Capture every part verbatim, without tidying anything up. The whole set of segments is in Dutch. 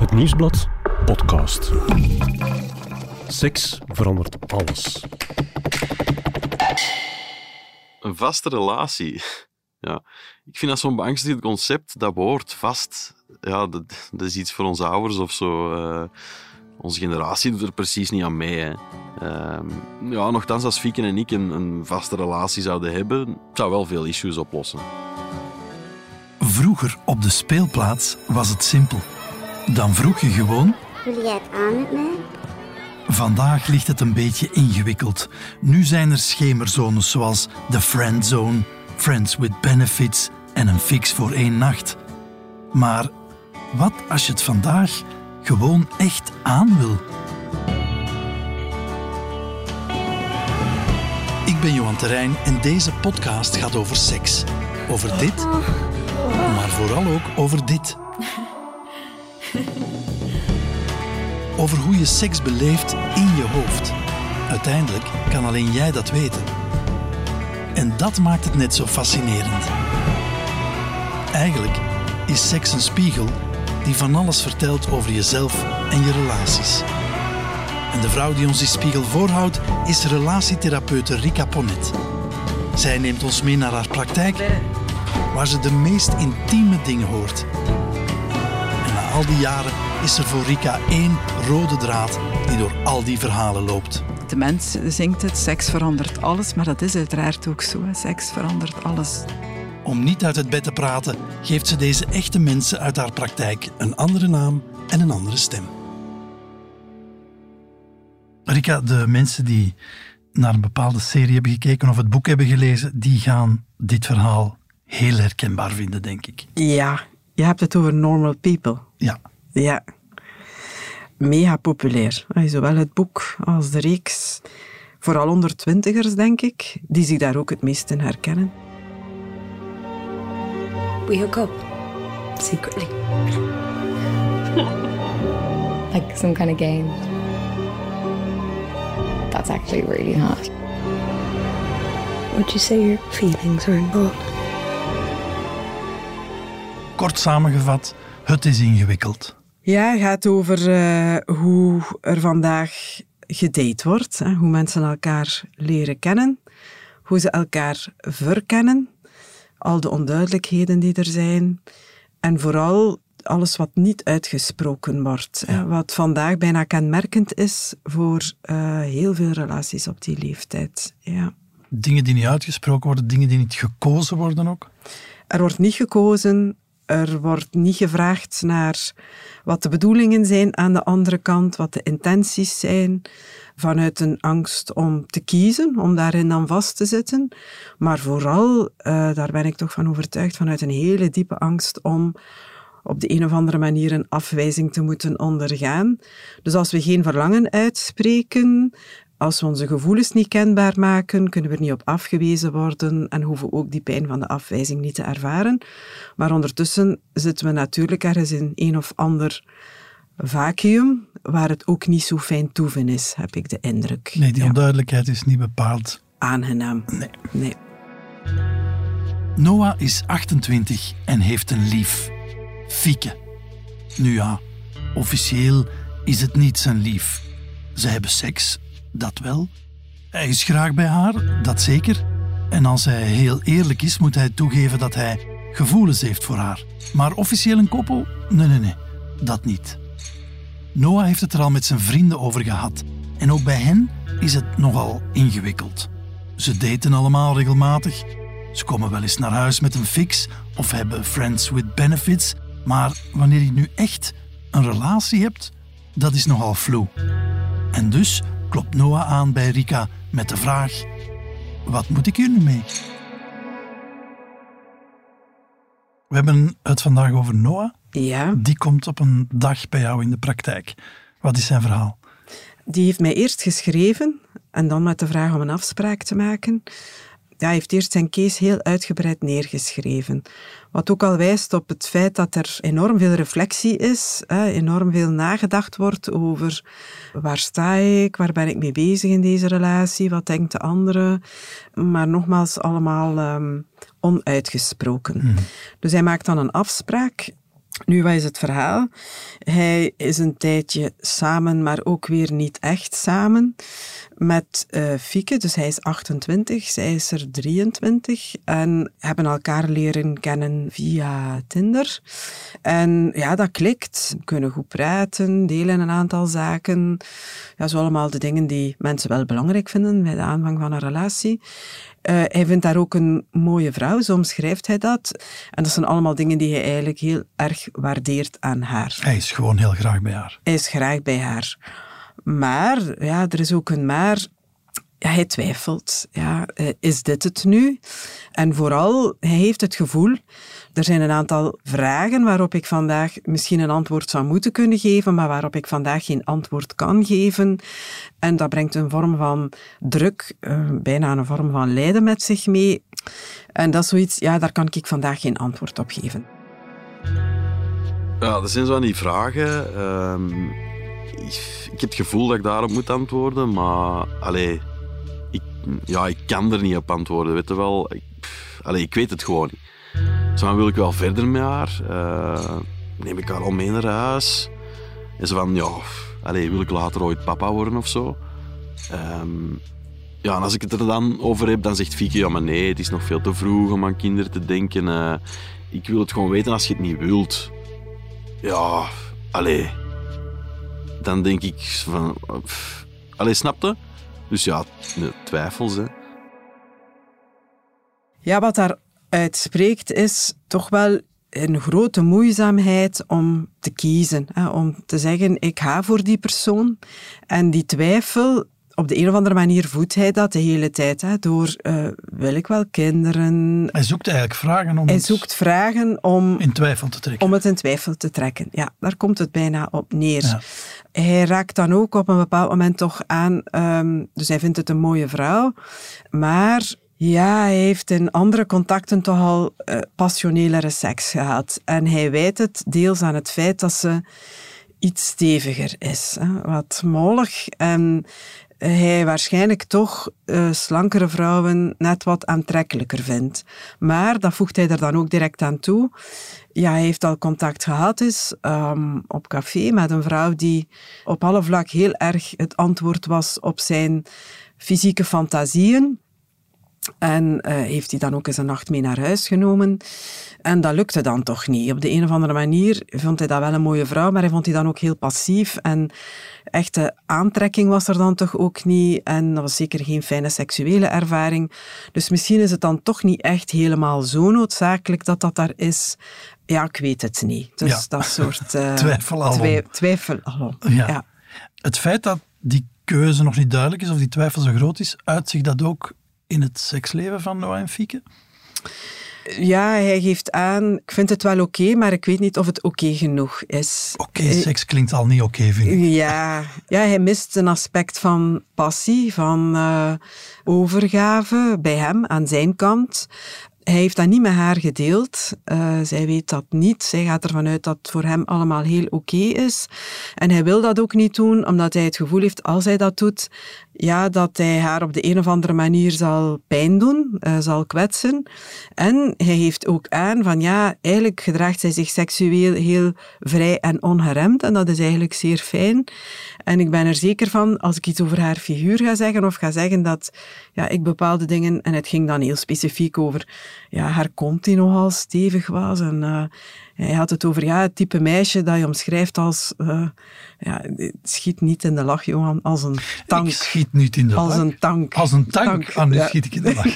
Het Nieuwsblad podcast. Seks verandert alles. Een vaste relatie. Ja, ik vind dat zo'n beangstigend concept, dat woord vast. Ja, dat, dat is iets voor onze ouders of zo. Uh, onze generatie doet er precies niet aan mee. Hè. Uh, ja, nochtans, als Fieke en ik een, een vaste relatie zouden hebben, het zou wel veel issues oplossen. Vroeger op de speelplaats was het simpel. Dan vroeg je gewoon... Wil jij het aan met mij? Vandaag ligt het een beetje ingewikkeld. Nu zijn er schemerzones zoals de friendzone, friends with benefits en een fix voor één nacht. Maar wat als je het vandaag gewoon echt aan wil? Ik ben Johan Terrein en deze podcast gaat over seks. Over dit, maar vooral ook over dit. Over hoe je seks beleeft in je hoofd. Uiteindelijk kan alleen jij dat weten. En dat maakt het net zo fascinerend. Eigenlijk is seks een spiegel die van alles vertelt over jezelf en je relaties. En de vrouw die ons die spiegel voorhoudt is relatietherapeute Rika Ponet. Zij neemt ons mee naar haar praktijk, waar ze de meest intieme dingen hoort. En na al die jaren is er voor Rika één rode draad die door al die verhalen loopt. De mens zingt het, seks verandert alles, maar dat is uiteraard ook zo. Hè. Seks verandert alles. Om niet uit het bed te praten, geeft ze deze echte mensen uit haar praktijk een andere naam en een andere stem. Rika, de mensen die naar een bepaalde serie hebben gekeken of het boek hebben gelezen, die gaan dit verhaal heel herkenbaar vinden, denk ik. Ja, je hebt het over Normal People. Ja. Ja. Mega populair. Zowel het boek als de reeks. Vooral onder twintigers, denk ik, die zich daar ook het meest in herkennen. We hook up. Secretly. Like some kind of game. That's actually really hot. Would you say your feelings are involved? Kort samengevat, het is ingewikkeld. Ja, het gaat over uh, hoe er vandaag gedate wordt. Hè, hoe mensen elkaar leren kennen. Hoe ze elkaar verkennen. Al de onduidelijkheden die er zijn. En vooral alles wat niet uitgesproken wordt. Ja. Hè, wat vandaag bijna kenmerkend is voor uh, heel veel relaties op die leeftijd. Ja. Dingen die niet uitgesproken worden, dingen die niet gekozen worden ook? Er wordt niet gekozen. Er wordt niet gevraagd naar wat de bedoelingen zijn aan de andere kant, wat de intenties zijn, vanuit een angst om te kiezen, om daarin dan vast te zitten. Maar vooral, uh, daar ben ik toch van overtuigd, vanuit een hele diepe angst om op de een of andere manier een afwijzing te moeten ondergaan. Dus als we geen verlangen uitspreken, als we onze gevoelens niet kenbaar maken, kunnen we er niet op afgewezen worden en hoeven we ook die pijn van de afwijzing niet te ervaren. Maar ondertussen zitten we natuurlijk ergens in een of ander vacuüm, waar het ook niet zo fijn toeven is, heb ik de indruk. Nee, die onduidelijkheid is niet bepaald aangenaam. Nee. nee. Noah is achtentwintig en heeft een lief. Fieke. Nu ja, officieel is het niet zijn lief. Ze hebben seks, dat wel. Hij is graag bij haar, dat zeker. En als hij heel eerlijk is, moet hij toegeven dat hij gevoelens heeft voor haar. Maar officieel een koppel? Nee, nee, nee, dat niet. Noah heeft het er al met zijn vrienden over gehad. En ook bij hen is het nogal ingewikkeld. Ze daten allemaal regelmatig. Ze komen wel eens naar huis met een fix of hebben friends with benefits. Maar wanneer je nu echt een relatie hebt, dat is nogal vloe. En dus klopt Noah aan bij Rika met de vraag: wat moet ik hier nu mee? We hebben het vandaag over Noah. Ja. Die komt op een dag bij jou in de praktijk. Wat is zijn verhaal? Die heeft mij eerst geschreven en dan met de vraag om een afspraak te maken. Ja, hij heeft eerst zijn case heel uitgebreid neergeschreven. Wat ook al wijst op het feit dat er enorm veel reflectie is, hè, enorm veel nagedacht wordt over waar sta ik, waar ben ik mee bezig in deze relatie, wat denkt de andere. Maar nogmaals, allemaal um, onuitgesproken. Hmm. Dus hij maakt dan een afspraak. Nu, wat is het verhaal? Hij is een tijdje samen, maar ook weer niet echt samen met uh, Fieke. Dus hij is achtentwintig, zij is er drieëntwintig en hebben elkaar leren kennen via Tinder. En ja, dat klikt. We kunnen goed praten, delen een aantal zaken. Ja, zo allemaal de dingen die mensen wel belangrijk vinden bij de aanvang van een relatie. Uh, hij vindt daar ook een mooie vrouw, zo omschrijft hij dat. En dat zijn allemaal dingen die hij eigenlijk heel erg waardeert aan haar. Hij is gewoon heel graag bij haar. Hij is graag bij haar. Maar, ja, er is ook een maar. Ja, hij twijfelt. Ja, is dit het nu? En vooral, hij heeft het gevoel, er zijn een aantal vragen waarop ik vandaag misschien een antwoord zou moeten kunnen geven, maar waarop ik vandaag geen antwoord kan geven. En dat brengt een vorm van druk, uh, bijna een vorm van lijden met zich mee. En dat is zoiets, ja, daar kan ik vandaag geen antwoord op geven. Ja, dat zijn zo aan die vragen. Um, ik, ik heb het gevoel dat ik daarop moet antwoorden, maar allee, ik, ja, ik kan er niet op antwoorden, weet je wel. Ik, allee, ik weet het gewoon niet. Zo dan wil ik wel verder met haar. Uh, neem ik haar al mee naar huis. En zo van, ja, allee, wil ik later ooit papa worden of zo? Um, ja, en als ik het er dan over heb, dan zegt Fieke, ja, maar nee, het is nog veel te vroeg om aan kinderen te denken. Uh, ik wil het gewoon weten als je het niet wilt. Ja, allee. Dan denk ik van... Pff, allee, snapte? Dus ja, twijfels, hè. Ja, wat daaruit spreekt is toch wel een grote moeizaamheid om te kiezen. Hè, om te zeggen, ik ga voor die persoon. En die twijfel, op de een of andere manier voedt hij dat de hele tijd. Hè, door, uh, wil ik wel kinderen? Hij zoekt eigenlijk vragen om Hij het zoekt vragen om... in twijfel te trekken. Om het in twijfel te trekken, ja. Daar komt het bijna op neer. Ja. Hij raakt dan ook op een bepaald moment toch aan... Um, dus hij vindt het een mooie vrouw. Maar... Ja, hij heeft in andere contacten toch al uh, passionelere seks gehad. En hij wijt het deels aan het feit dat ze iets steviger is. Hè, wat mollig. En hij waarschijnlijk toch uh, slankere vrouwen net wat aantrekkelijker vindt. Maar, dat voegt hij er dan ook direct aan toe. Ja, hij heeft al contact gehad is, um, op café met een vrouw die op alle vlak heel erg het antwoord was op zijn fysieke fantasieën. En uh, heeft hij dan ook eens een nacht mee naar huis genomen. En dat lukte dan toch niet. Op de een of andere manier vond hij dat wel een mooie vrouw, maar hij vond die dan ook heel passief. En echte aantrekking was er dan toch ook niet. En dat was zeker geen fijne seksuele ervaring. Dus misschien is het dan toch niet echt helemaal zo noodzakelijk dat dat daar is. Ja, ik weet het niet. Dus ja. dat soort... Uh, twijfel alom. Twi- twijfel alom. Ja. Ja. Het feit dat die keuze nog niet duidelijk is, of die twijfel zo groot is, uit zich dat ook in het seksleven van Noah en Fieke? Ja, hij geeft aan, ik vind het wel oké, okay, maar ik weet niet of het oké okay genoeg is. Oké, okay, seks klinkt al niet oké, okay, vind ik. Ja, ja, hij mist een aspect van passie, van uh, overgave bij hem, aan zijn kant. Hij heeft dat niet met haar gedeeld. Uh, zij weet dat niet. Zij gaat ervan uit dat het voor hem allemaal heel oké okay is. En hij wil dat ook niet doen, omdat hij het gevoel heeft, als hij dat doet, ja, dat hij haar op de een of andere manier zal pijn doen, uh, zal kwetsen. En hij geeft ook aan van, ja, eigenlijk gedraagt zij zich seksueel heel vrij en ongeremd. En dat is eigenlijk zeer fijn. En ik ben er zeker van, als ik iets over haar figuur ga zeggen, of ga zeggen dat ja, ik bepaalde dingen, en het ging dan heel specifiek over ja, haar kont die nogal stevig was. En uh, hij had het over ja, het type meisje dat je omschrijft als, uh, ja, schiet niet in de lach, Johan, als een tank. Ik schiet niet in de als lach. Een tank. Als een tank? tank. Ah, nu ja. schiet ik in de lach.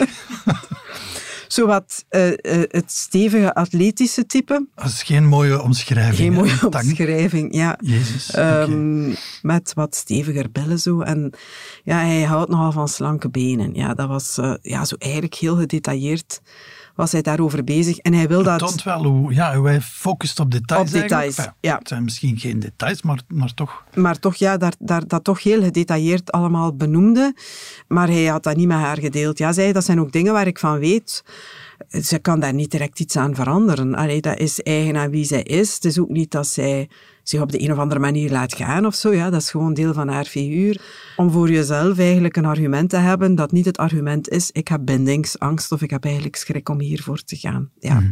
Zowat uh, uh, het stevige atletische type. Dat is geen mooie omschrijving. Geen mooie tank. omschrijving, ja. Jezus. Um, okay. Met wat steviger billen zo. En ja, hij houdt nogal van slanke benen. Ja, dat was uh, ja, zo eigenlijk heel gedetailleerd was hij daarover bezig. En hij wil het dat... Het toont wel hoe, ja, hoe hij focust op details. Op details, enfin, ja. Het zijn misschien geen details, maar, maar toch... Maar toch, ja, daar, daar, dat toch heel gedetailleerd allemaal benoemde. Maar hij had dat niet met haar gedeeld. Ja, zei, dat zijn ook dingen waar ik van weet... Ze kan daar niet direct iets aan veranderen. Allee, dat is eigen aan wie zij is. Het is ook niet dat zij zich op de een of andere manier laat gaan of zo. Ja, dat is gewoon deel van haar figuur. Om voor jezelf eigenlijk een argument te hebben dat niet het argument is ik heb bindingsangst of ik heb eigenlijk schrik om hiervoor te gaan. Ja. Mm.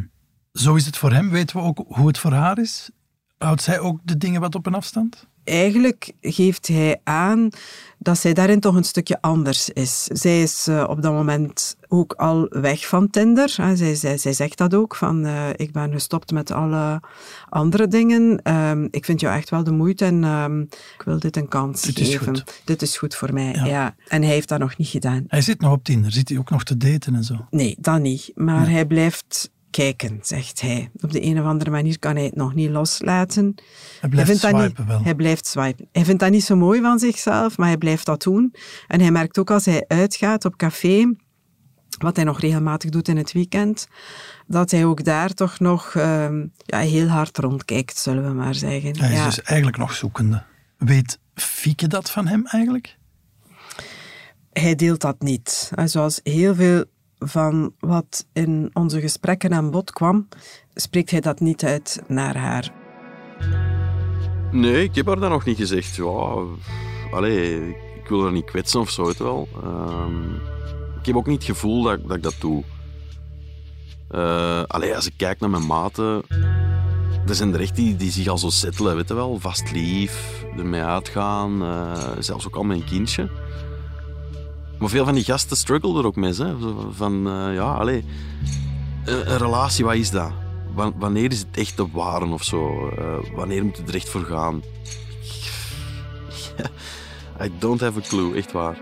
Zo is het voor hem. Weten we ook hoe het voor haar is? Houdt zij ook de dingen wat op een afstand? Eigenlijk geeft hij aan dat zij daarin toch een stukje anders is. Zij is uh, op dat moment ook al weg van Tinder. Hè. Zij, zij, zij zegt dat ook, van uh, ik ben gestopt met alle andere dingen. Um, ik vind jou echt wel de moeite en um, ik wil dit een kans dit geven. Is goed. Dit is goed voor mij, ja. ja. En hij heeft dat nog niet gedaan. Hij zit nog op Tinder. Zit hij ook nog te daten en zo? Nee, dat niet. Maar nee. hij blijft kijken, zegt hij. Op de een of andere manier kan hij het nog niet loslaten. Hij blijft hij swipen niet, wel. Hij blijft swipen. Hij vindt dat niet zo mooi van zichzelf, maar hij blijft dat doen. En hij merkt ook als hij uitgaat op café, wat hij nog regelmatig doet in het weekend, dat hij ook daar toch nog um, ja, heel hard rondkijkt, zullen we maar zeggen. Hij is ja. dus eigenlijk nog zoekende. Weet Fieke dat van hem eigenlijk? Hij deelt dat niet. Zoals heel veel van wat in onze gesprekken aan bod kwam, spreekt hij dat niet uit naar haar. Nee, ik heb haar dat nog niet gezegd. Ja, allee, ik wil haar niet kwetsen of zo, weet je wel. Um, ik heb ook niet het gevoel dat, dat ik dat doe. Uh, allee, als ik kijk naar mijn maten, er zijn er echt die, die zich al zo settelen, weet je wel. Vast lief, ermee uitgaan, uh, zelfs ook al met een kindje. Maar veel van die gasten struggelen er ook mee. Hè? Van, uh, ja, allee, een, een relatie, wat is dat? W- wanneer is het echt de ware of zo? Uh, wanneer moet het er echt voor gaan? I don't have a clue, echt waar.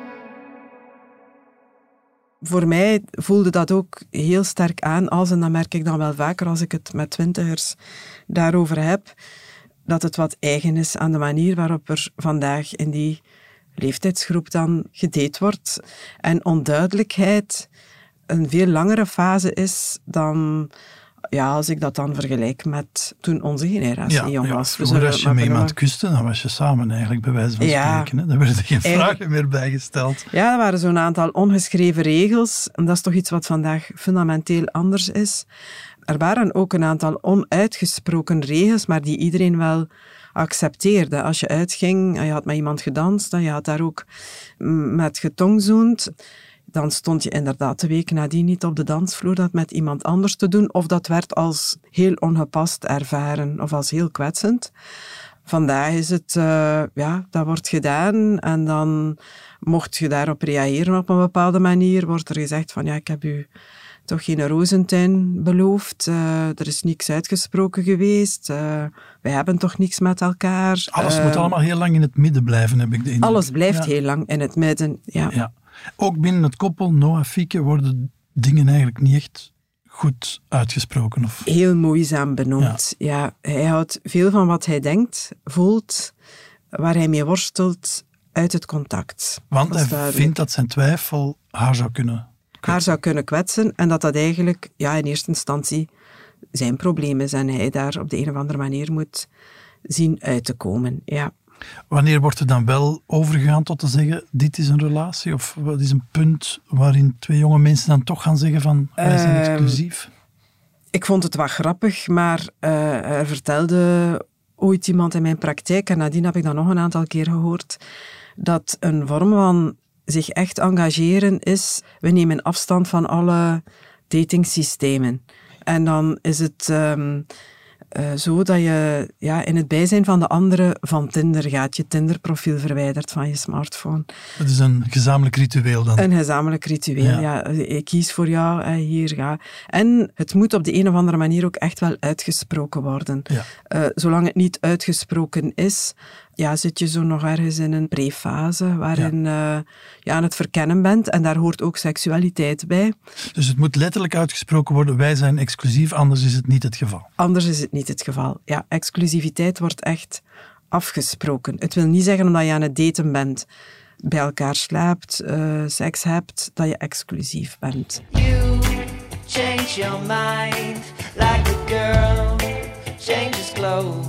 Voor mij voelde dat ook heel sterk aan, als, en dat merk ik dan wel vaker als ik het met twintigers daarover heb, dat het wat eigen is aan de manier waarop er vandaag in die leeftijdsgroep dan gedate wordt. En onduidelijkheid een veel langere fase is dan, ja, als ik dat dan vergelijk met toen onze generatie ja, jong ja, was. Vroeger als je met iemand kuste, dan was je samen eigenlijk, bij wijze van ja, spreken. Hè? Daar werden er geen eigenlijk, vragen meer bij gesteld. Ja, er waren zo'n aantal ongeschreven regels. En dat is toch iets wat vandaag fundamenteel anders is. Er waren ook een aantal onuitgesproken regels, maar die iedereen wel accepteerde. Als je uitging, je had met iemand gedanst, je had daar ook met getongzoend, dan stond je inderdaad de week nadien niet op de dansvloer dat met iemand anders te doen, of dat werd als heel ongepast ervaren, of als heel kwetsend. Vandaag is het, uh, ja, dat wordt gedaan en dan mocht je daarop reageren op een bepaalde manier, wordt er gezegd van, ja, ik heb u toch geen rozentuin beloofd. Uh, er is niks uitgesproken geweest. Uh, wij hebben toch niks met elkaar. Alles uh, moet allemaal heel lang in het midden blijven, heb ik de indruk. Alles blijft ja. heel lang in het midden, ja. ja. Ook binnen het koppel, Noah Fieke, worden dingen eigenlijk niet echt goed uitgesproken. Of... Heel moeizaam benoemd. Ja. ja, hij houdt veel van wat hij denkt, voelt, waar hij mee worstelt, uit het contact. Want hij duidelijk. vindt dat zijn twijfel haar zou kunnen kwetsen. haar zou kunnen kwetsen en dat dat eigenlijk ja, in eerste instantie zijn probleem is en hij daar op de een of andere manier moet zien uit te komen. Ja. Wanneer wordt er dan wel overgegaan tot te zeggen, dit is een relatie? Of wat is een punt waarin twee jonge mensen dan toch gaan zeggen van, wij zijn uh, exclusief? Ik vond het wat grappig, maar uh, er vertelde ooit iemand in mijn praktijk, en nadien heb ik dat nog een aantal keer gehoord, dat een vorm van zich echt engageren is, we nemen afstand van alle datingsystemen. En dan is het um, uh, zo dat je ja, in het bijzijn van de anderen van Tinder gaat, je Tinder-profiel verwijdert van je smartphone. Het is een gezamenlijk ritueel dan? Een gezamenlijk ritueel, ja. ja. Ik kies voor jou, hè, hier ga. En het moet op de een of andere manier ook echt wel uitgesproken worden. Ja. Uh, zolang het niet uitgesproken is, ja, zit je zo nog ergens in een prefase waarin ja. Uh, je aan het verkennen bent. En daar hoort ook seksualiteit bij. Dus het moet letterlijk uitgesproken worden, wij zijn exclusief, anders is het niet het geval. Anders is het niet het geval. Ja, exclusiviteit wordt echt afgesproken. Het wil niet zeggen omdat je aan het daten bent, bij elkaar slaapt, uh, seks hebt, dat je exclusief bent. You change your mind like a girl changes clothes.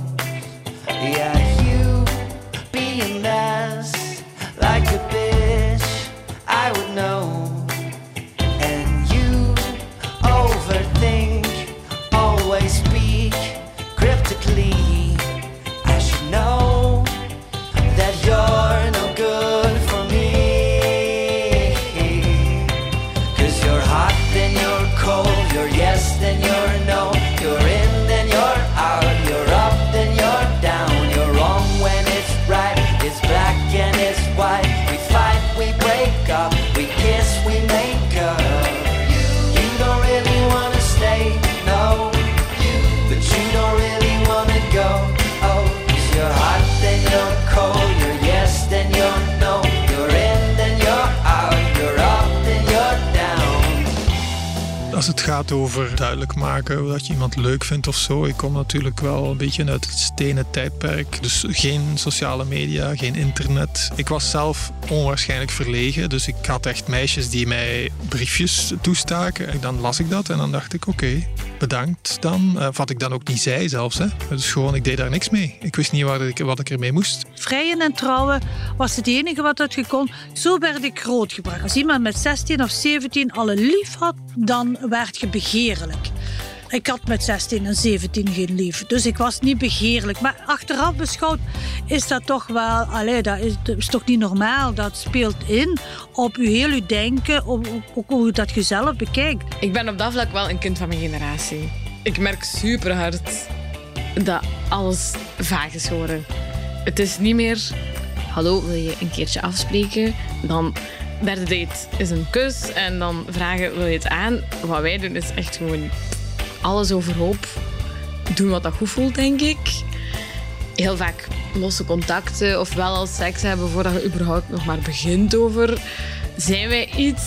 Yeah, you being less like a bitch, I would know. And you overthink, always speak cryptically. I should know that you're no good for me. Cause you're hot, then you're cold, you're yes, then you're no. You're Als het gaat over duidelijk maken dat je iemand leuk vindt of zo. Ik kom natuurlijk wel een beetje uit het stenen tijdperk. Dus geen sociale media, geen internet. Ik was zelf onwaarschijnlijk verlegen. Dus ik had echt meisjes die mij briefjes toestaken. En dan las ik dat en dan dacht ik, oké, okay, bedankt dan. Uh, wat ik dan ook niet zei zelfs. Hè. Dus gewoon, ik deed daar niks mee. Ik wist niet wat ik, wat ik ermee moest. Vrijen en trouwen was het enige wat het kon. Zo werd ik grootgebracht. Als iemand met zestien of zeventien al een lief had, dan werd je begeerlijk. Ik had met zestien en zeventien geen lief, dus ik was niet begeerlijk. Maar achteraf beschouwd is dat toch wel... Allee, dat is, dat is toch niet normaal. Dat speelt in op je heel je denken, op, op hoe dat je zelf bekijkt. Ik ben op dat vlak wel een kind van mijn generatie. Ik merk super hard dat alles vaag is geworden. Het is niet meer... Hallo, wil je een keertje afspreken? Dan... Derde date is een kus en dan vragen, wil je het aan? Wat wij doen is echt gewoon alles overhoop. Doen wat dat goed voelt, denk ik. Heel vaak losse contacten of wel al seks hebben voordat je überhaupt nog maar begint over. Zijn wij iets?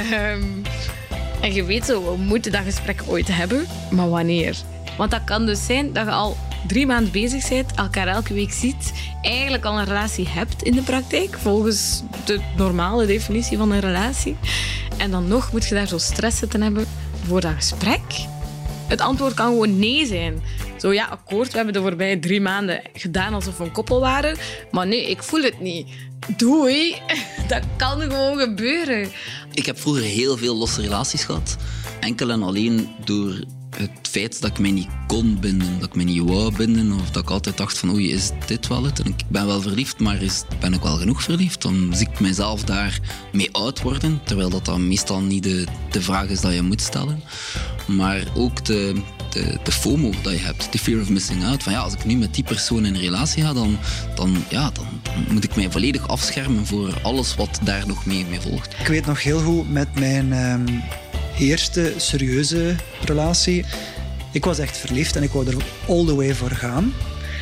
Um, en je weet zo, we moeten dat gesprek ooit hebben. Maar wanneer? Want dat kan dus zijn dat je al drie maanden bezig bent, elkaar elke week ziet, eigenlijk al een relatie hebt in de praktijk, volgens de normale definitie van een relatie. En dan nog moet je daar zo stress zitten hebben voor dat gesprek. Het antwoord kan gewoon nee zijn. Zo ja, akkoord, we hebben de voorbije drie maanden gedaan alsof we een koppel waren, maar nee, ik voel het niet. Doei, dat kan gewoon gebeuren. Ik heb vroeger heel veel losse relaties gehad. Enkel en alleen door het feit dat ik mij niet kon binden, dat ik mij niet wou binden, of dat ik altijd dacht van oei, is dit wel het? En ik ben wel verliefd, maar is, ben ik wel genoeg verliefd? Dan zie ik mezelf daar mee oud worden, terwijl dat dan meestal niet de, de vraag is dat je moet stellen. Maar ook de, de, de FOMO dat je hebt, de fear of missing out. Van ja, als ik nu met die persoon in een relatie ga, dan, dan, ja, dan, dan moet ik mij volledig afschermen voor alles wat daar nog mee, mee volgt. Ik weet nog heel goed met mijn... Um... eerste serieuze relatie. Ik was echt verliefd en ik wou er all the way voor gaan.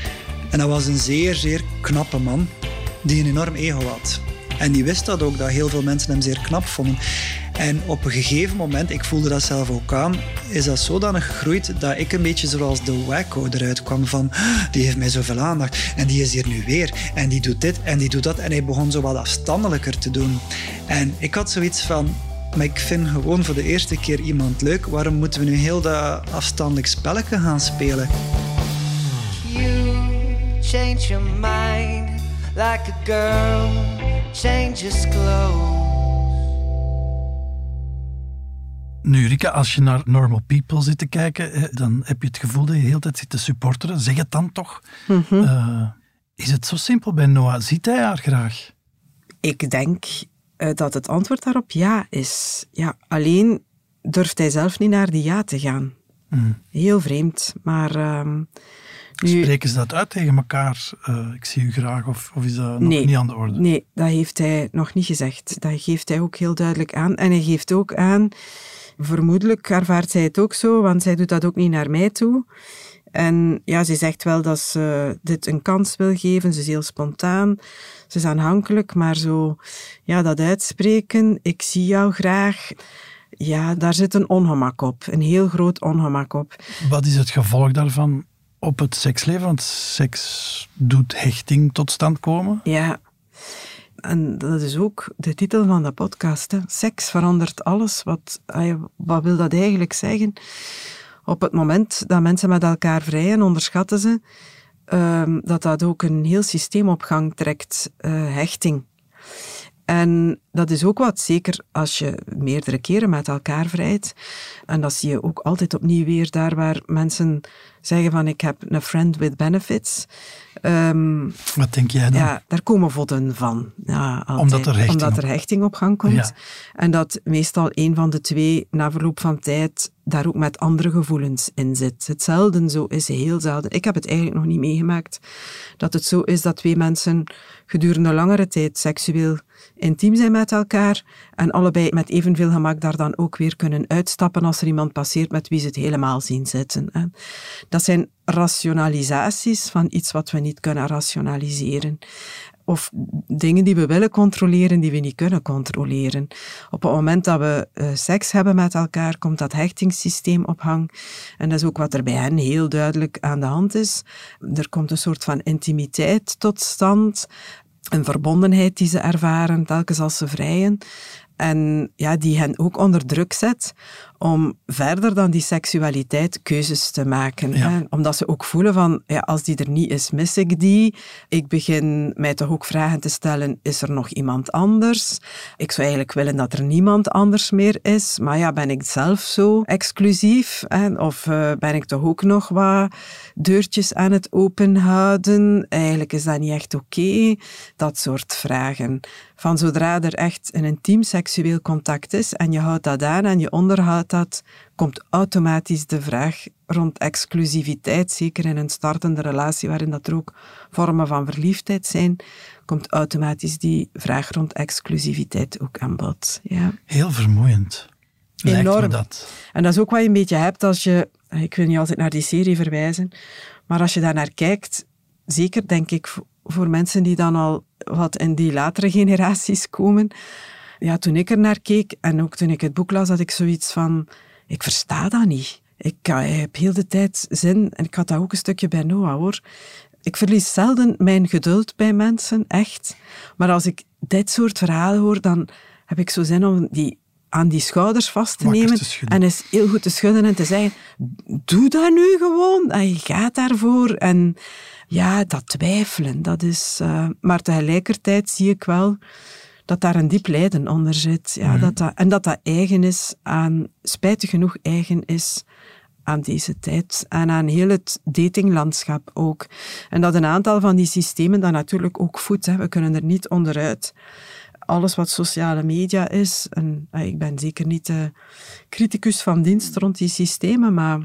En dat was een zeer, zeer knappe man die een enorm ego had. En die wist dat ook, dat heel veel mensen hem zeer knap vonden. En op een gegeven moment, ik voelde dat zelf ook aan, is dat zodanig gegroeid dat ik een beetje zoals de wacko eruit kwam van die heeft mij zoveel aandacht en die is hier nu weer en die doet dit en die doet dat. En hij begon zo wat afstandelijker te doen. En ik had zoiets van... Maar ik vind gewoon voor de eerste keer iemand leuk. Waarom moeten we nu heel dat afstandelijk spelletje gaan spelen? You change your mind like a girl changes clothes. Nu, Rika, als je naar Normal People zit te kijken, dan heb je het gevoel dat je de hele tijd zit te supporteren. Zeg het dan toch. Mm-hmm. Uh, is het zo simpel bij Noah? Ziet hij haar graag? Ik denk... dat het antwoord daarop ja is. Ja, alleen durft hij zelf niet naar die ja te gaan. Mm. Heel vreemd, maar... Um, nu... Spreken ze dat uit tegen elkaar? Uh, ik zie u graag, of, of is dat nog nee, niet aan de orde? Nee, dat heeft hij nog niet gezegd. Dat geeft hij ook heel duidelijk aan. En hij geeft ook aan, vermoedelijk ervaart zij het ook zo, want zij doet dat ook niet naar mij toe. En ja, ze zegt wel dat ze dit een kans wil geven. Ze is heel spontaan. Ze is aanhankelijk, maar zo, ja, dat uitspreken, ik zie jou graag, ja, daar zit een ongemak op. Een heel groot ongemak op. Wat is het gevolg daarvan op het seksleven? Want seks doet hechting tot stand komen. Ja, en dat is ook de titel van de podcast. Hè. Seks verandert alles. Wat, wat wil dat eigenlijk zeggen? Op het moment dat mensen met elkaar vrijen, onderschatten ze um, dat dat ook een heel systeem op gang trekt, uh, hechting. En dat is ook wat, zeker als je meerdere keren met elkaar vrijt. En dat zie je ook altijd opnieuw weer daar waar mensen zeggen van ik heb een friend with benefits. Um, Wat denk jij dan? Ja, daar komen vodden van. Ja, altijd, omdat, er hechting, omdat er hechting op gang komt. Ja. En dat meestal een van de twee na verloop van tijd daar ook met andere gevoelens in zit. Het zelden zo is, heel zelden. Ik heb het eigenlijk nog niet meegemaakt dat het zo is dat twee mensen gedurende langere tijd seksueel intiem zijn met elkaar en allebei met evenveel gemak daar dan ook weer kunnen uitstappen als er iemand passeert met wie ze het helemaal zien zitten. Hè. Dat zijn rationalisaties van iets wat we niet kunnen rationaliseren. Of dingen die we willen controleren, die we niet kunnen controleren. Op het moment dat we uh, seks hebben met elkaar, komt dat hechtingssysteem op gang. En dat is ook wat er bij hen heel duidelijk aan de hand is. Er komt een soort van intimiteit tot stand. Een verbondenheid die ze ervaren, telkens als ze vrijen. En ja, die hen ook onder druk zet om verder dan die seksualiteit keuzes te maken. Ja. Hè? Omdat ze ook voelen van, ja, als die er niet is, mis ik die. Ik begin mij toch ook vragen te stellen, is er nog iemand anders? Ik zou eigenlijk willen dat er niemand anders meer is. Maar ja, ben ik zelf zo exclusief? Hè? Of uh, ben ik toch ook nog wat deurtjes aan het openhouden? Eigenlijk is dat niet echt oké. Okay. Dat soort vragen. Van zodra er echt een intiem seksueel contact is en je houdt dat aan en je onderhoudt dat, komt automatisch de vraag rond exclusiviteit, zeker in een startende relatie waarin dat er ook vormen van verliefdheid zijn, komt automatisch die vraag rond exclusiviteit ook aan bod. Ja. Heel vermoeiend. Lijkt Enorm. me dat. En dat is ook wat je een beetje hebt als je, ik wil niet altijd naar die serie verwijzen, maar als je daar naar kijkt, zeker denk ik voor mensen die dan al wat in die latere generaties komen. Ja, toen ik er naar keek en ook toen ik het boek las, had ik zoiets van, ik versta dat niet. Ik, ik heb heel de tijd zin, en ik had dat ook een stukje bij Noah hoor. Ik verlies zelden mijn geduld bij mensen, echt. Maar als ik dit soort verhalen hoor, dan heb ik zo zin om die aan die schouders vast te Wakker nemen te schudden. en eens heel goed te schudden en te zeggen, doe dat nu gewoon. En je gaat daarvoor. En ja, dat twijfelen, dat is... Uh, maar tegelijkertijd zie ik wel dat daar een diep lijden onder zit. Ja, Mm. dat dat, en dat dat eigen is aan... Spijtig genoeg eigen is aan deze tijd. En aan heel het datinglandschap ook. En dat een aantal van die systemen dat natuurlijk ook voedt. Hè. We kunnen er niet onderuit. Alles wat sociale media is, en uh, ik ben zeker niet de criticus van dienst rond die systemen, maar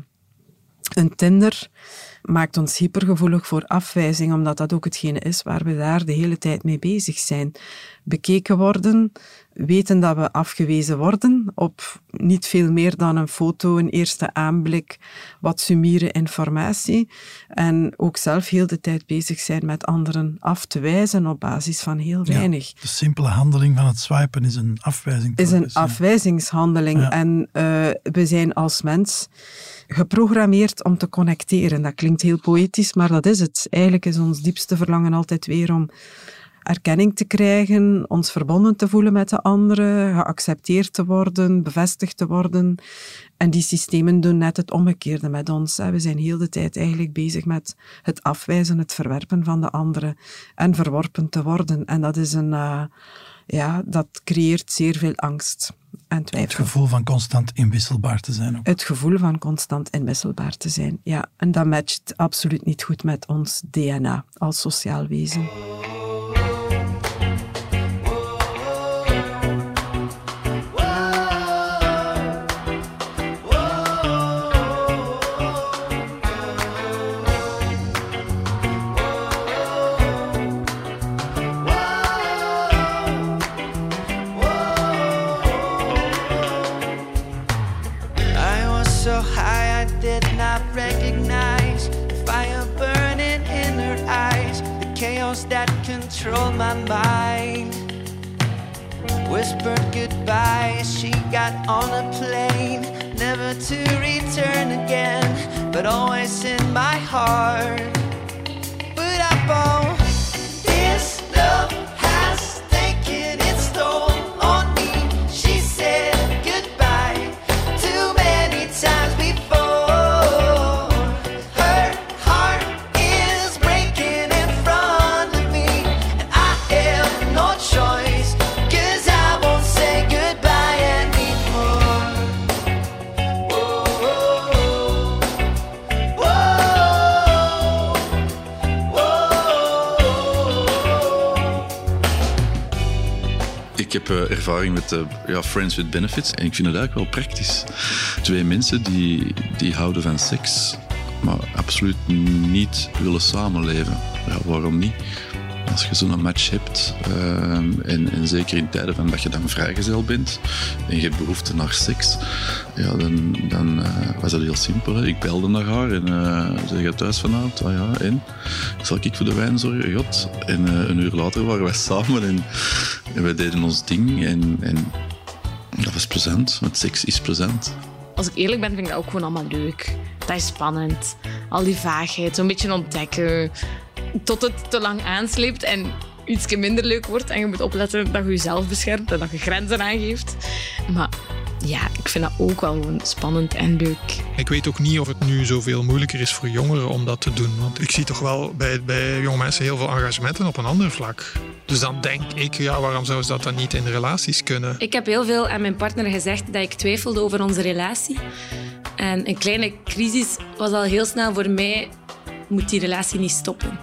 een Tinder maakt ons hypergevoelig voor afwijzing, omdat dat ook hetgene is waar we daar de hele tijd mee bezig zijn. Bekeken worden, weten dat we afgewezen worden op niet veel meer dan een foto, een eerste aanblik, wat summiere informatie. En ook zelf heel de tijd bezig zijn met anderen af te wijzen op basis van heel weinig. Ja, de simpele handeling van het swipen is een afwijzing. Is een telkens, ja. afwijzingshandeling. Ja. En uh, we zijn als mens geprogrammeerd om te connecteren. Dat klinkt heel poëtisch, maar dat is het. Eigenlijk is ons diepste verlangen altijd weer om erkenning te krijgen, ons verbonden te voelen met de anderen, geaccepteerd te worden, bevestigd te worden. En die systemen doen net het omgekeerde met ons. We zijn heel de tijd eigenlijk bezig met het afwijzen, het verwerpen van de anderen en verworpen te worden. En dat is een... Uh, ja, dat creëert zeer veel angst en twijfel. Het gevoel van constant inwisselbaar te zijn ook. Het gevoel van constant inwisselbaar te zijn, ja. En dat matcht absoluut niet goed met ons D N A als sociaal wezen. So high I did not recognize the fire burning in her eyes, the chaos that controlled my mind. Whispered goodbye as she got on a plane, never to return again, but always in my heart. But up on this love has taken its toll on me. She said goodbye too many times before. Her heart is breaking in front of me, and I have no choice, 'cause I won't say goodbye anymore. Whoa, whoa, whoa. Ik heb uh, ervaring met uh, ja, Friends with Benefits en ik vind het eigenlijk wel praktisch. Twee mensen die, die houden van seks, maar absoluut niet willen samenleven. Ja, waarom niet? Als je zo'n match hebt, uh, en, en zeker in tijden van dat je dan vrijgezel bent en je hebt behoefte naar seks, ja, dan, dan uh, was dat heel simpel. Hè? Ik belde naar haar en uh, zei je thuis vanavond? Ah ja, en? zal ik voor de wijn zorgen? God. En uh, een uur later waren wij samen en, en wij deden ons ding. En, en dat was plezant, want seks is plezant. Als ik eerlijk ben, vind ik dat ook gewoon allemaal leuk. Dat is spannend. Al die vaagheid, zo'n beetje ontdekken. Tot het te lang aansleept en iets minder leuk wordt. En je moet opletten dat je jezelf beschermt en dat je grenzen aangeeft. Maar ja, ik vind dat ook wel gewoon spannend en leuk. Ik weet ook niet of het nu zoveel moeilijker is voor jongeren om dat te doen. Want ik zie toch wel bij, bij jonge mensen heel veel engagementen op een ander vlak. Dus dan denk ik, ja, waarom zou ze dat dan niet in relaties kunnen? Ik heb heel veel aan mijn partner gezegd dat ik twijfelde over onze relatie. En een kleine crisis was al heel snel voor mij, moet die relatie niet stoppen.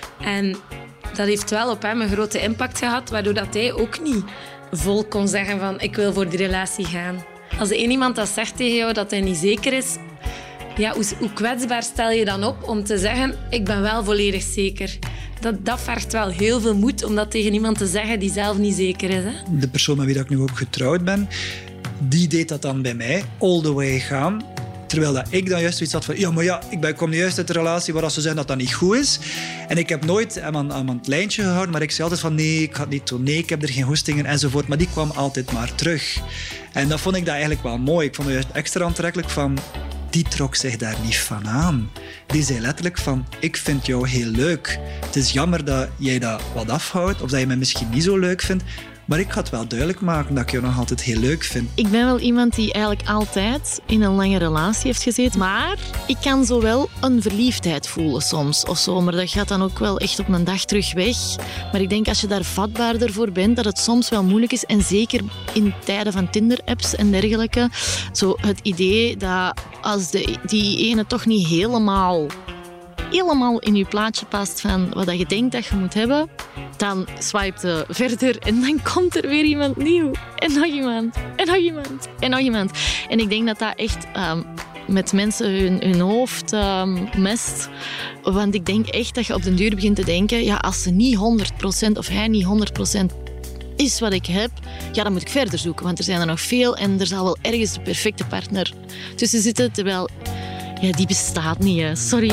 En dat heeft wel op hem een grote impact gehad, waardoor dat hij ook niet vol kon zeggen van ik wil voor die relatie gaan. Als er één iemand dat zegt tegen jou dat hij niet zeker is, ja, hoe, hoe kwetsbaar stel je dan op om te zeggen ik ben wel volledig zeker. Dat, dat vergt wel heel veel moed om dat tegen iemand te zeggen die zelf niet zeker is. Hè? De persoon met wie ik nu ook getrouwd ben, die deed dat dan bij mij, all the way gaan. Terwijl dat ik dan juist zoiets had van ja, maar ja, ik ben, kom nu juist uit een relatie waar ze zeggen dat dat niet goed is. En ik heb nooit hem aan, aan het lijntje gehouden, maar ik zei altijd van nee, ik ga het niet doen, nee, ik heb er geen hoestingen enzovoort. Maar die kwam altijd maar terug. En dat vond ik dat eigenlijk wel mooi. Ik vond het juist extra aantrekkelijk van die trok zich daar niet van aan. Die zei letterlijk van ik vind jou heel leuk. Het is jammer dat jij dat wat afhoudt of dat je mij misschien niet zo leuk vindt. Maar ik ga het wel duidelijk maken dat ik jou nog altijd heel leuk vind. Ik ben wel iemand die eigenlijk altijd in een lange relatie heeft gezeten. Maar ik kan zo wel een verliefdheid voelen soms. Of zo, maar dat gaat dan ook wel echt op een dag terug weg. Maar ik denk als je daar vatbaarder voor bent, dat het soms wel moeilijk is. En zeker in tijden van Tinder-apps en dergelijke. Zo het idee dat als de, die ene toch niet helemaal... helemaal in je plaatje past van wat je denkt dat je moet hebben, dan swipe je verder en dan komt er weer iemand nieuw. En nog iemand. En nog iemand. En nog iemand. En ik denk dat dat echt um, met mensen hun, hun hoofd um, mest. Want ik denk echt dat je op den duur begint te denken, ja, als ze niet honderd procent of hij niet honderd procent is wat ik heb, ja, dan moet ik verder zoeken. Want er zijn er nog veel en er zal wel ergens de perfecte partner tussen zitten, terwijl ja, die bestaat niet. Hè. Sorry.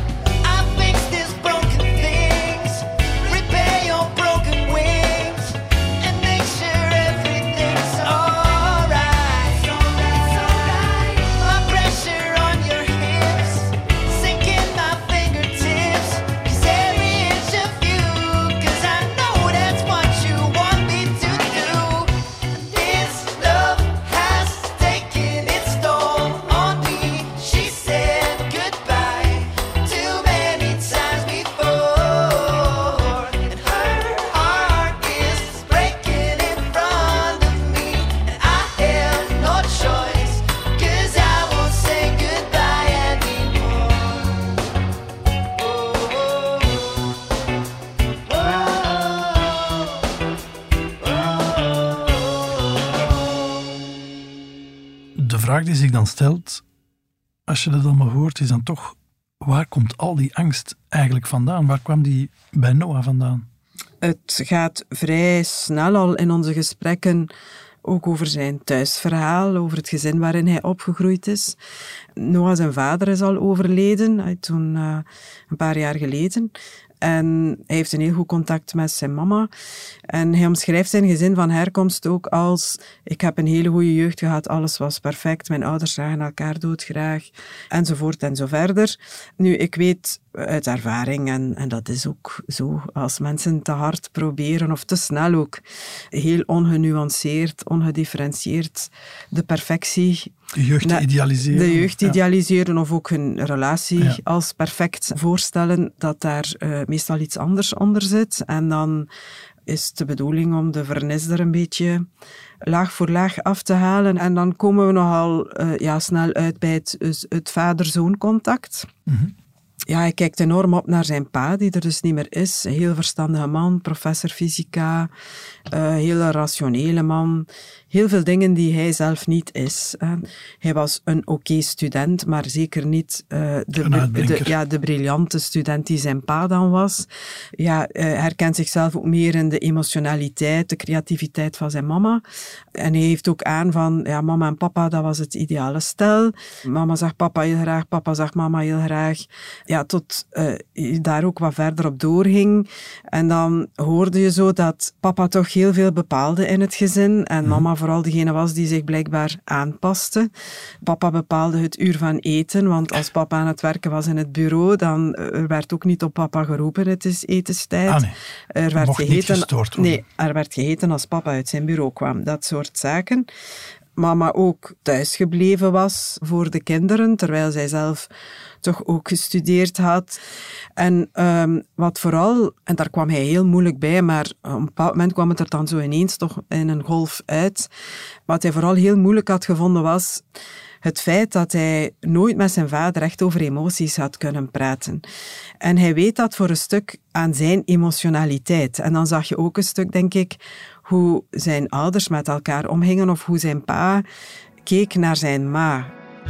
De vraag die zich dan stelt, als je dat allemaal hoort, is dan toch, waar komt al die angst eigenlijk vandaan? Waar kwam die bij Noah vandaan? Het gaat vrij snel al in onze gesprekken ook over zijn thuisverhaal, over het gezin waarin hij opgegroeid is. Noah, zijn vader, is al overleden, toen uh, een paar jaar geleden. En hij heeft een heel goed contact met zijn mama. En hij omschrijft zijn gezin van herkomst ook als ik heb een hele goede jeugd gehad, alles was perfect, mijn ouders zagen elkaar doodgraag, enzovoort en zo verder. Nu, ik weet uit ervaring, en, en dat is ook zo, als mensen te hard proberen, of te snel ook, heel ongenuanceerd, ongedifferentieerd, de perfectie... De jeugd na, idealiseren. De jeugd ja. idealiseren of ook hun relatie ja. als perfect voorstellen, dat daar uh, meestal iets anders onder zit. En dan is de bedoeling om de vernis er een beetje laag voor laag af te halen. En dan komen we nogal uh, ja, snel uit bij het, het vader-zoon contact. Mm-hmm. Ja, hij kijkt enorm op naar zijn pa, die er dus niet meer is. Een heel verstandige man, professor fysica, een uh, hele rationele man. Heel veel dingen die hij zelf niet is. Hè. Hij was een oké okay student, maar zeker niet uh, de, de, ja, de briljante student die zijn pa dan was. Ja, hij herkent zichzelf ook meer in de emotionaliteit, de creativiteit van zijn mama. En hij heeft ook aan van, ja, mama en papa, dat was het ideale stel. Mama zag papa heel graag, papa zag mama heel graag. Ja, ja, tot uh, je daar ook wat verder op doorging. En dan hoorde je zo dat papa toch heel veel bepaalde in het gezin en mama vooral degene was die zich blijkbaar aanpaste. Papa bepaalde het uur van eten, want als papa aan het werken was in het bureau, dan er werd ook niet op papa geroepen, het is etenstijd. Ah, nee. Er werd mocht gegeten, niet gestoord worden. Nee, er werd gegeten als papa uit zijn bureau kwam. Dat soort zaken. Mama ook thuisgebleven was voor de kinderen, terwijl zij zelf toch ook gestudeerd had. En um, wat vooral, en daar kwam hij heel moeilijk bij, maar op een bepaald moment kwam het er dan zo ineens toch in een golf uit. Wat hij vooral heel moeilijk had gevonden was het feit dat hij nooit met zijn vader echt over emoties had kunnen praten. En hij weet dat voor een stuk aan zijn emotionaliteit. En dan zag je ook een stuk, denk ik, hoe zijn ouders met elkaar omgingen of hoe zijn pa keek naar zijn ma.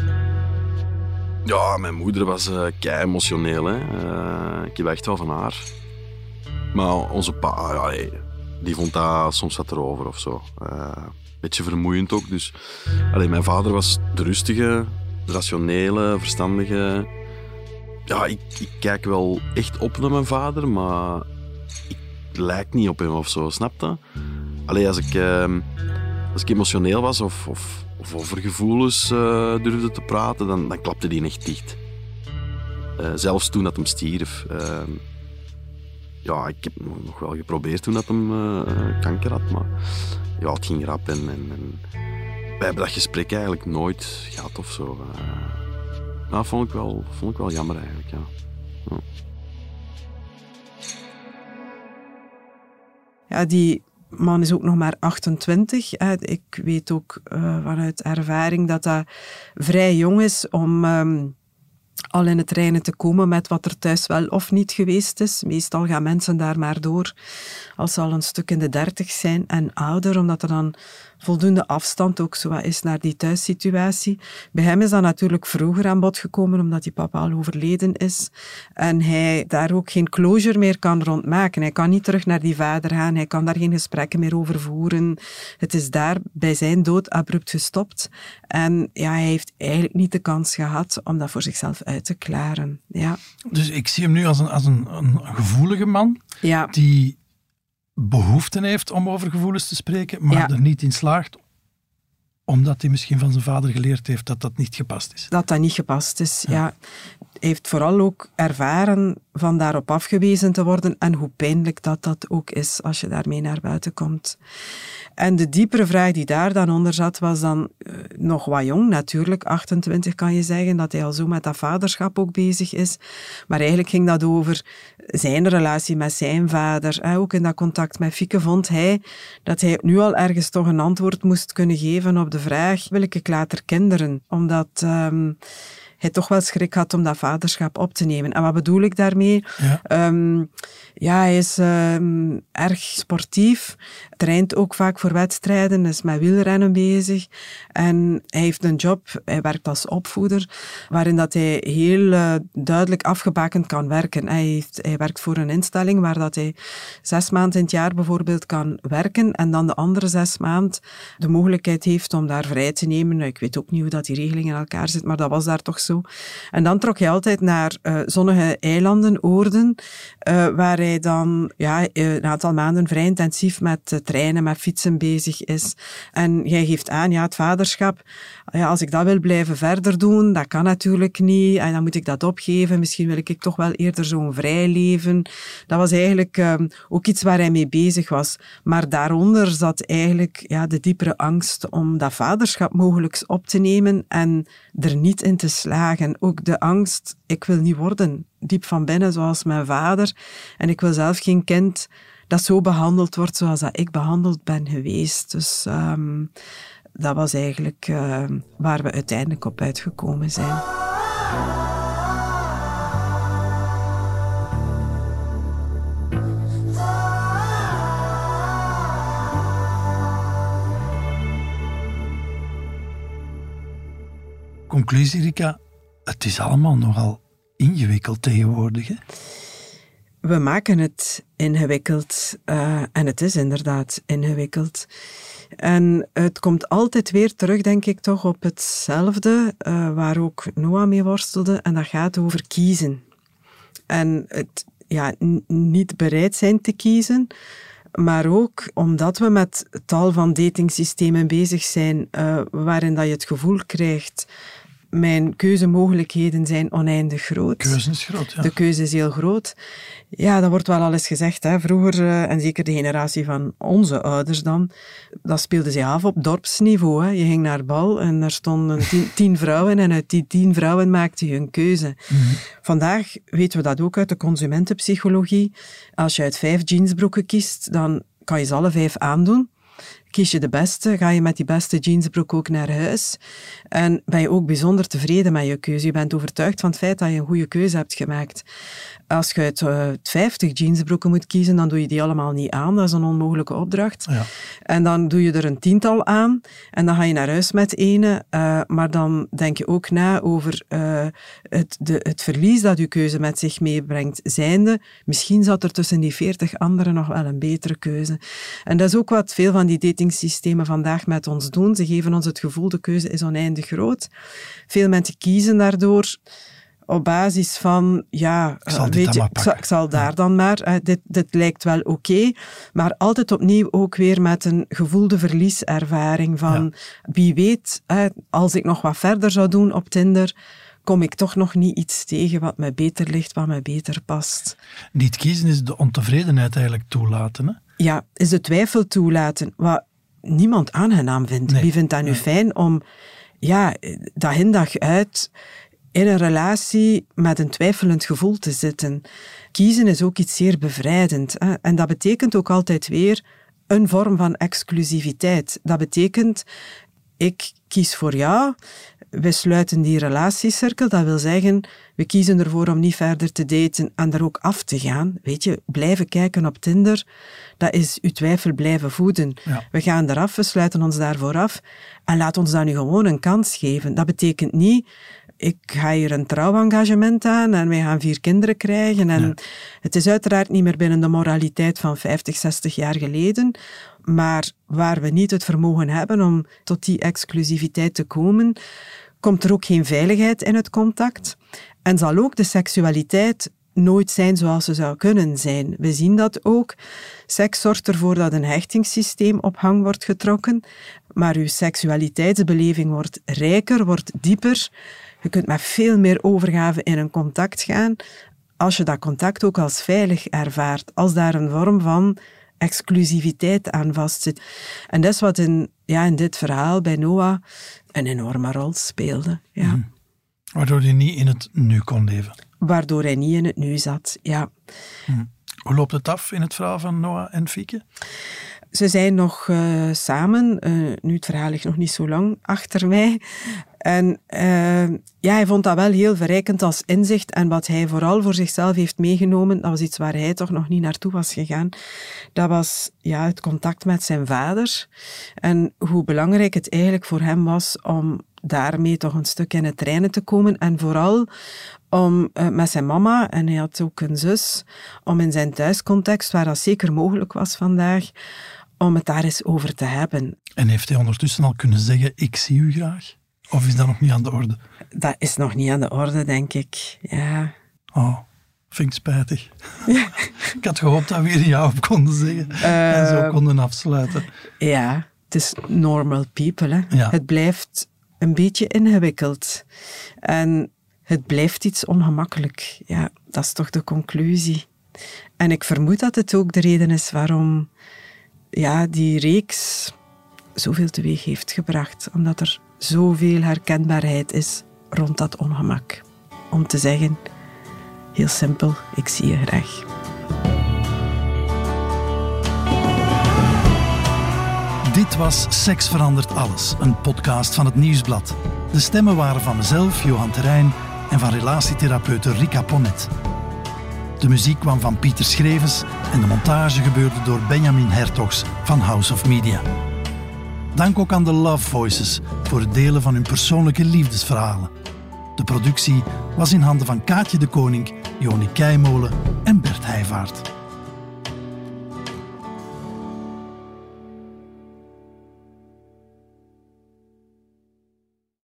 Ja, mijn moeder was uh, kei emotioneel. Hè. Uh, ik heb echt wel van haar. Maar onze pa, ja, hey, die vond dat soms wat erover of zo. Uh, beetje vermoeiend ook. Dus, allee, mijn vader was de rustige, de rationele, verstandige. Ja, ik, ik kijk wel echt op naar mijn vader, maar ik lijk niet op hem of zo, snap je? Allee, als ik, uh, als ik emotioneel was of, of, of over gevoelens uh, durfde te praten, dan, dan klapte die echt dicht. Uh, zelfs toen dat hem stierf. Uh, ja, ik heb nog wel geprobeerd toen dat hem uh, kanker had, maar ja, het ging rap en, en, en wij hebben dat gesprek eigenlijk nooit gehad of zo. Uh, nou, dat vond ik wel, vond ik wel jammer eigenlijk, ja. Ja, ja die man is ook nog maar achtentwintig. Ik weet ook uh, vanuit ervaring dat dat vrij jong is om um, al in het reinen te komen met wat er thuis wel of niet geweest is. Meestal gaan mensen daar maar door als ze al een stuk in de dertig zijn en ouder, omdat er dan voldoende afstand ook zo wat is naar die thuissituatie. Bij hem is dat natuurlijk vroeger aan bod gekomen, omdat die papa al overleden is. En hij daar ook geen closure meer kan rondmaken. Hij kan niet terug naar die vader gaan, hij kan daar geen gesprekken meer over voeren. Het is daar bij zijn dood abrupt gestopt. En ja, hij heeft eigenlijk niet de kans gehad om dat voor zichzelf uit te klaren. Ja. Dus ik zie hem nu als een, als een, een gevoelige man, ja. die behoefte heeft om over gevoelens te spreken, maar ja. er niet in slaagt, omdat hij misschien van zijn vader geleerd heeft dat dat niet gepast is. Dat dat niet gepast is, ja. ja. Hij heeft vooral ook ervaren van daarop afgewezen te worden en hoe pijnlijk dat dat ook is als je daarmee naar buiten komt. En de diepere vraag die daar dan onder zat, was dan uh, nog wat jong natuurlijk, achtentwintig kan je zeggen, dat hij al zo met dat vaderschap ook bezig is. Maar eigenlijk ging dat over zijn relatie met zijn vader. Eh, ook in dat contact met Fieke vond hij dat hij nu al ergens toch een antwoord moest kunnen geven op de vraag, wil ik later kinderen? Omdat Um, hij toch wel schrik had om dat vaderschap op te nemen. En wat bedoel ik daarmee? Ja, um, ja hij is um, erg sportief, traint ook vaak voor wedstrijden, is met wielrennen bezig. En hij heeft een job, hij werkt als opvoeder, waarin dat hij heel uh, duidelijk afgebakend kan werken. Hij, heeft, hij werkt voor een instelling waar dat hij zes maanden in het jaar bijvoorbeeld kan werken en dan de andere zes maanden de mogelijkheid heeft om daar vrij te nemen. Ik weet ook niet hoe dat die regeling in elkaar zit, maar dat was daar toch zo. En dan trok hij altijd naar uh, zonnige eilanden, oorden, uh, waar hij dan ja, een aantal maanden vrij intensief met uh, treinen, met fietsen bezig is. En jij geeft aan, ja, het vaderschap, ja, als ik dat wil blijven verder doen, dat kan natuurlijk niet. En dan moet ik dat opgeven. Misschien wil ik toch wel eerder zo'n vrij leven. Dat was eigenlijk um, ook iets waar hij mee bezig was. Maar daaronder zat eigenlijk ja, de diepere angst om dat vaderschap mogelijk op te nemen en er niet in te slagen. Ook de angst, ik wil niet worden, diep van binnen, zoals mijn vader. En ik wil zelf geen kind dat zo behandeld wordt zoals dat ik behandeld ben geweest. Dus um, dat was eigenlijk uh, waar we uiteindelijk op uitgekomen zijn. Conclusie, Rika, het is allemaal nogal ingewikkeld tegenwoordig, hè? We maken het ingewikkeld uh, en het is inderdaad ingewikkeld. En het komt altijd weer terug, denk ik, toch op hetzelfde, uh, waar ook Noah mee worstelde, en dat gaat over kiezen. en het ja, n- niet bereid zijn te kiezen. Maar ook omdat we met tal van datingsystemen bezig zijn uh, waarin dat je het gevoel krijgt, mijn keuzemogelijkheden zijn oneindig groot. De keuze is groot, ja. De keuze is heel groot. Ja, dat wordt wel al eens gezegd. Hè. Vroeger, uh, en zeker de generatie van onze ouders dan, dat speelde zich af op dorpsniveau. Hè. Je ging naar bal en er stonden tien, tien vrouwen en uit die tien vrouwen maakte je een keuze. Mm-hmm. Vandaag weten we dat ook uit de consumentenpsychologie. Als je uit vijf jeansbroeken kiest, dan kan je ze alle vijf aandoen. Kies je de beste, ga je met die beste jeansbroek ook naar huis. En ben je ook bijzonder tevreden met je keuze. Je bent overtuigd van het feit dat je een goede keuze hebt gemaakt. Als je uit uh, vijftig jeansbroeken moet kiezen, dan doe je die allemaal niet aan. Dat is een onmogelijke opdracht. Ja. En dan doe je er een tiental aan. En dan ga je naar huis met ene. Uh, maar dan denk je ook na over uh, het, de, het verlies dat je keuze met zich meebrengt. Zijnde, misschien zat er tussen die veertig anderen nog wel een betere keuze. En dat is ook wat veel van die datingsystemen vandaag met ons doen. Ze geven ons het gevoel, de keuze is oneindig groot. Veel mensen kiezen daardoor op basis van, ja, ik zal, weet je, ik zal, ik zal daar ja. dan maar, uh, dit, dit lijkt wel oké, okay, maar altijd opnieuw ook weer met een gevoelde verlieservaring van, ja. wie weet, uh, als ik nog wat verder zou doen op Tinder, kom ik toch nog niet iets tegen wat me beter ligt, wat me beter past. Niet kiezen is de ontevredenheid eigenlijk toelaten, hè? Ja, is de twijfel toelaten, wat niemand aangenaam vindt. Nee. Wie vindt dat nu nee. fijn om, ja, dag in dag uit in een relatie met een twijfelend gevoel te zitten. Kiezen is ook iets zeer bevrijdend. Hè? En dat betekent ook altijd weer een vorm van exclusiviteit. Dat betekent, ik kies voor jou, we sluiten die relatiecirkel. Dat wil zeggen, we kiezen ervoor om niet verder te daten en er ook af te gaan. Weet je, blijven kijken op Tinder, dat is uw twijfel blijven voeden. Ja. We gaan eraf, we sluiten ons daarvoor af en laat ons dan nu gewoon een kans geven. Dat betekent niet, ik ga hier een trouwengagement aan en wij gaan vier kinderen krijgen. En ja. Het is uiteraard niet meer binnen de moraliteit van vijftig, zestig jaar geleden, maar waar we niet het vermogen hebben om tot die exclusiviteit te komen, komt er ook geen veiligheid in het contact. En zal ook de seksualiteit nooit zijn zoals ze zou kunnen zijn. We zien dat ook. Seks zorgt ervoor dat een hechtingssysteem op hang wordt getrokken, maar uw seksualiteitsbeleving wordt rijker, wordt dieper. Je kunt met veel meer overgave in een contact gaan als je dat contact ook als veilig ervaart, als daar een vorm van exclusiviteit aan vastzit. En dat is wat in, ja, in dit verhaal bij Noah een enorme rol speelde. Ja. Mm. Waardoor hij niet in het nu kon leven. Waardoor hij niet in het nu zat, ja. Mm. Hoe loopt het af in het verhaal van Noah en Fieke? Ze zijn nog uh, samen. Uh, nu, het verhaal ligt nog niet zo lang achter mij. En uh, ja, hij vond dat wel heel verrijkend als inzicht. En wat hij vooral voor zichzelf heeft meegenomen, dat was iets waar hij toch nog niet naartoe was gegaan. Dat was ja, het contact met zijn vader. En hoe belangrijk het eigenlijk voor hem was om daarmee toch een stuk in het reinen te komen. En vooral om uh, met zijn mama, en hij had ook een zus, om in zijn thuiscontext, waar dat zeker mogelijk was vandaag, om het daar eens over te hebben. En heeft hij ondertussen al kunnen zeggen, ik zie u graag? Of is dat nog niet aan de orde? Dat is nog niet aan de orde, denk ik. Ja. Oh, vind ik spijtig. Ja. Ik had gehoopt dat we hier ja op konden zeggen. Uh, en zo konden afsluiten. Ja, het is normal people. Hè. Ja. Het blijft een beetje ingewikkeld. En het blijft iets ongemakkelijk. Ja, dat is toch de conclusie. En ik vermoed dat het ook de reden is waarom ja, die reeks zoveel teweeg heeft gebracht. Omdat er zoveel herkenbaarheid is rond dat ongemak. Om te zeggen, heel simpel, ik zie je graag. Dit was Seks verandert alles, een podcast van het Nieuwsblad. De stemmen waren van mezelf, Johan Terrein, en van relatietherapeute Rika Ponet. De muziek kwam van Pieter Schrevens en de montage gebeurde door Benjamin Hertogs van House of Media. Dank ook aan de Love Voices voor het delen van hun persoonlijke liefdesverhalen. De productie was in handen van Kaatje de Koning, Joni Keimolen en Bert Heijvaart.